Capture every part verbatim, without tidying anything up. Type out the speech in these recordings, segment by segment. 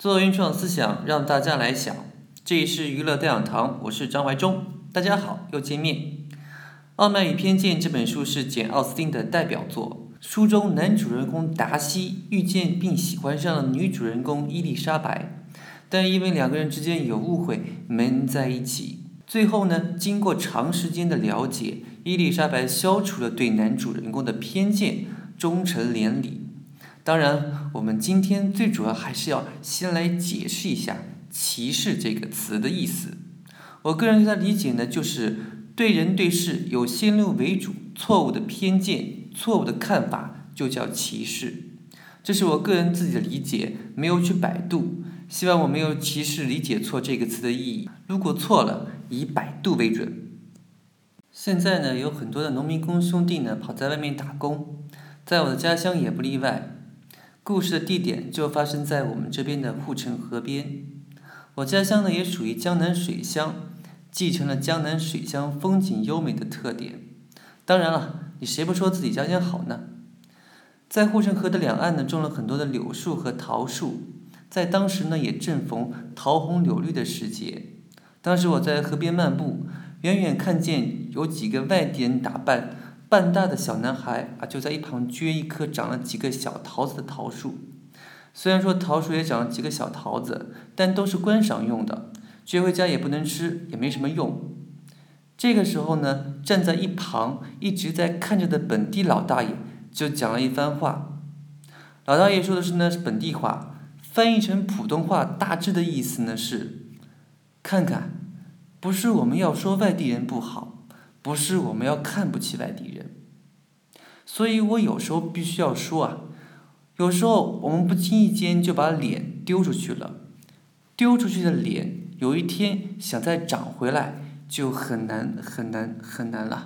做原创思想，让大家来想。这里是娱乐大讲堂，我是张怀忠。大家好，又见面。《傲慢与偏见》这本书是简·奥斯汀的代表作。书中男主人公达西遇见并喜欢上了女主人公伊丽莎白，但因为两个人之间有误会，没能在一起。最后呢，经过长时间的了解，伊丽莎白消除了对男主人公的偏见，终成连理。当然，我们今天最主要还是要先来解释一下歧视这个词的意思。我个人对它理解呢，就是对人对事有先入为主、错误的偏见、错误的看法，就叫歧视。这是我个人自己的理解，没有去百度，希望我没有歧视理解错这个词的意义。如果错了，以百度为准。现在呢，有很多的农民工兄弟呢跑在外面打工，在我的家乡也不例外。故事的地点就发生在我们这边的护城河边。我家乡呢也属于江南水乡，继承了江南水乡风景优美的特点。当然了，你谁不说自己家乡好呢？在护城河的两岸呢，种了很多的柳树和桃树，在当时呢也正逢桃红柳绿的时节。当时我在河边漫步，远远看见有几个外地人打扮半大的小男孩啊，就在一旁撅一棵长了几个小桃子的桃树。虽然说桃树也长了几个小桃子，但都是观赏用的，撅回家也不能吃，也没什么用。这个时候呢，站在一旁一直在看着的本地老大爷就讲了一番话。老大爷说的是呢是本地话，翻译成普通话大致的意思呢是：看看，不是我们要说外地人不好，不是我们要看不起外地人。所以我有时候必须要说啊，有时候我们不经意间就把脸丢出去了，丢出去的脸有一天想再长回来就很难很难很难了。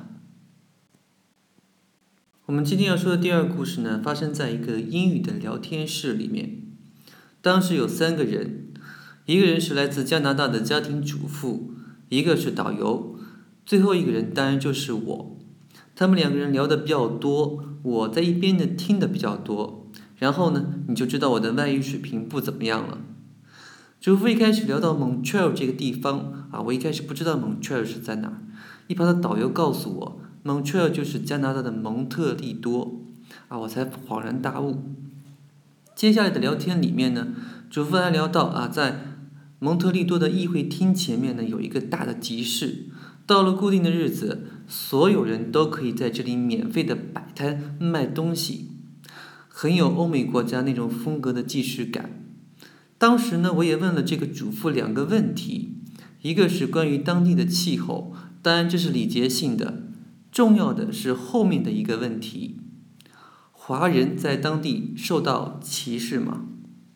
我们今天要说的第二个故事呢，发生在一个英语的聊天室里面。当时有三个人，一个人是来自加拿大的家庭主妇，一个是导游，最后一个人当然就是我。他们两个人聊得比较多，我在一边呢听得比较多，然后呢你就知道我的外语水平不怎么样了。主妇一开始聊到 Montreal 这个地方啊，我一开始不知道 Montreal 是在哪儿，一旁的导游告诉我 Montreal 就是加拿大的蒙特利多啊，我才恍然大悟。接下来的聊天里面呢，主妇还聊到啊，在蒙特利多的议会厅前面呢有一个大的集市，到了固定的日子，所有人都可以在这里免费的摆摊卖东西，很有欧美国家那种风格的既视感。当时呢，我也问了这个主妇两个问题，一个是关于当地的气候，当然这是礼节性的，重要的是后面的一个问题：华人在当地受到歧视吗？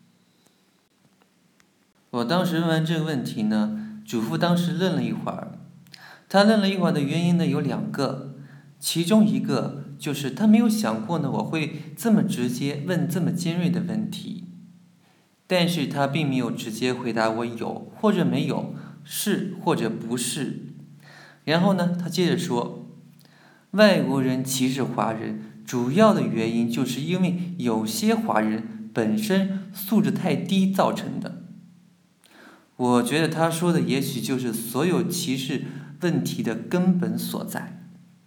我当时问完这个问题呢，主妇当时愣了一会儿。她愣了一会儿的原因呢有两个，其中一个就是她没有想过呢我会这么直接问这么尖锐的问题。但是他并没有直接回答我有或者没有，是或者不是。然后呢，他接着说，外国人歧视华人，主要的原因就是因为有些华人本身素质太低造成的。我觉得他说的也许就是所有歧视问题的根本所在。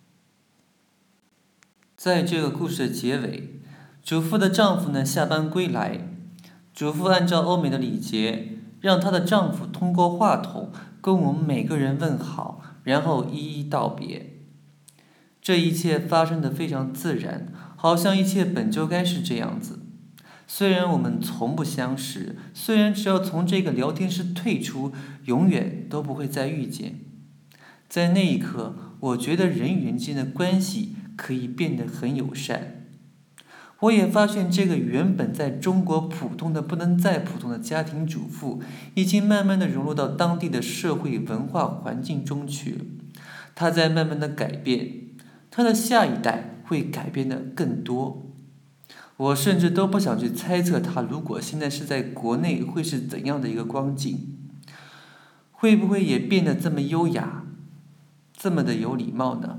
在这个故事的结尾，主妇的丈夫呢下班归来。主妇按照欧美的礼节，让她的丈夫通过话筒跟我们每个人问好，然后一一道别。这一切发生得非常自然，好像一切本就该是这样子。虽然我们从不相识，虽然只要从这个聊天室退出，永远都不会再遇见。在那一刻，我觉得人与人之间的关系可以变得很友善。我也发现这个原本在中国普通的不能再普通的家庭主妇，已经慢慢的融入到当地的社会文化环境中去了。她在慢慢的改变，她的下一代会改变的更多。我甚至都不想去猜测她如果现在是在国内会是怎样的一个光景，会不会也变得这么优雅，这么的有礼貌呢？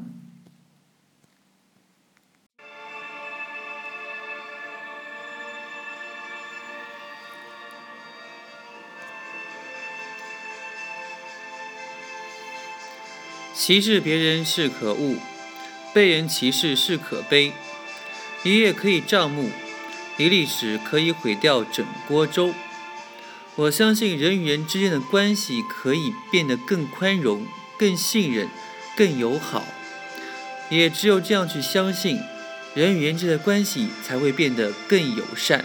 歧视别人是可恶，被人歧视是可悲。一叶可以障目，一粒屎可以毁掉整锅粥。我相信人与人之间的关系可以变得更宽容、更信任、更友好。也只有这样去相信，人与人之间的关系才会变得更友善。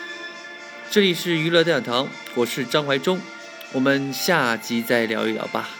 这里是娱乐大讲堂，我是张怀忠，我们下集再聊一聊吧。